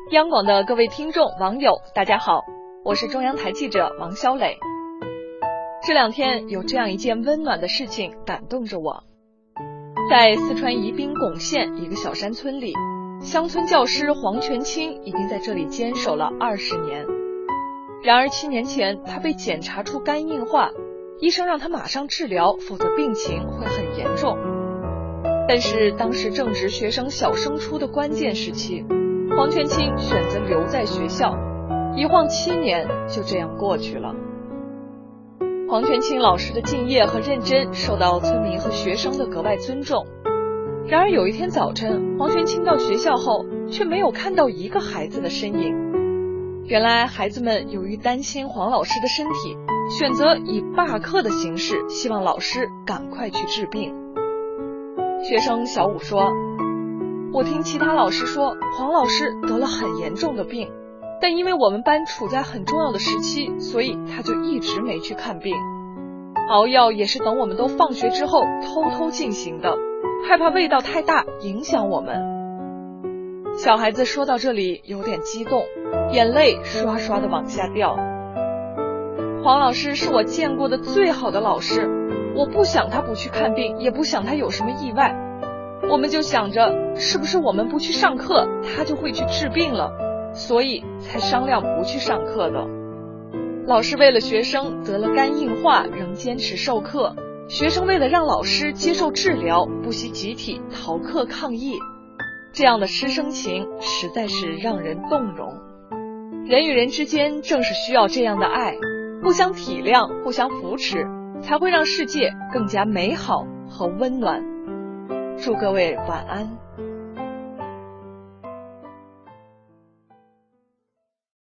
央广的各位听众网友大家好，我是中央台记者王肖磊。这两天有这样一件温暖的事情感动着我。在四川宜宾珙县一个小山村里，乡村教师黄全清已经在这里坚守了20年。然而7年前他被检查出肝硬化，医生让他马上治疗，否则病情会很严重。但是当时正值学生小升初的关键时期，黄全清选择留在学校，一晃7年就这样过去了。黄全清老师的敬业和认真受到村民和学生的格外尊重。然而有一天早晨，黄全清到学校后却没有看到一个孩子的身影。原来孩子们由于担心黄老师的身体，选择以罢课的形式，希望老师赶快去治病。学生小武说，我听其他老师说黄老师得了很严重的病，但因为我们班处在很重要的时期，所以他就一直没去看病。熬药也是等我们都放学之后偷偷进行的，害怕味道太大影响我们。小孩子说到这里有点激动，眼泪刷刷的往下掉。黄老师是我见过的最好的老师，我不想他不去看病，也不想他有什么意外。我们就想着是不是我们不去上课，他就会去治病了，所以才商量不去上课的。老师为了学生得了肝硬化仍坚持授课，学生为了让老师接受治疗不惜集体逃课抗议。这样的师生情实在是让人动容。人与人之间正是需要这样的爱，互相体谅，互相扶持，才会让世界更加美好和温暖。祝各位晚安。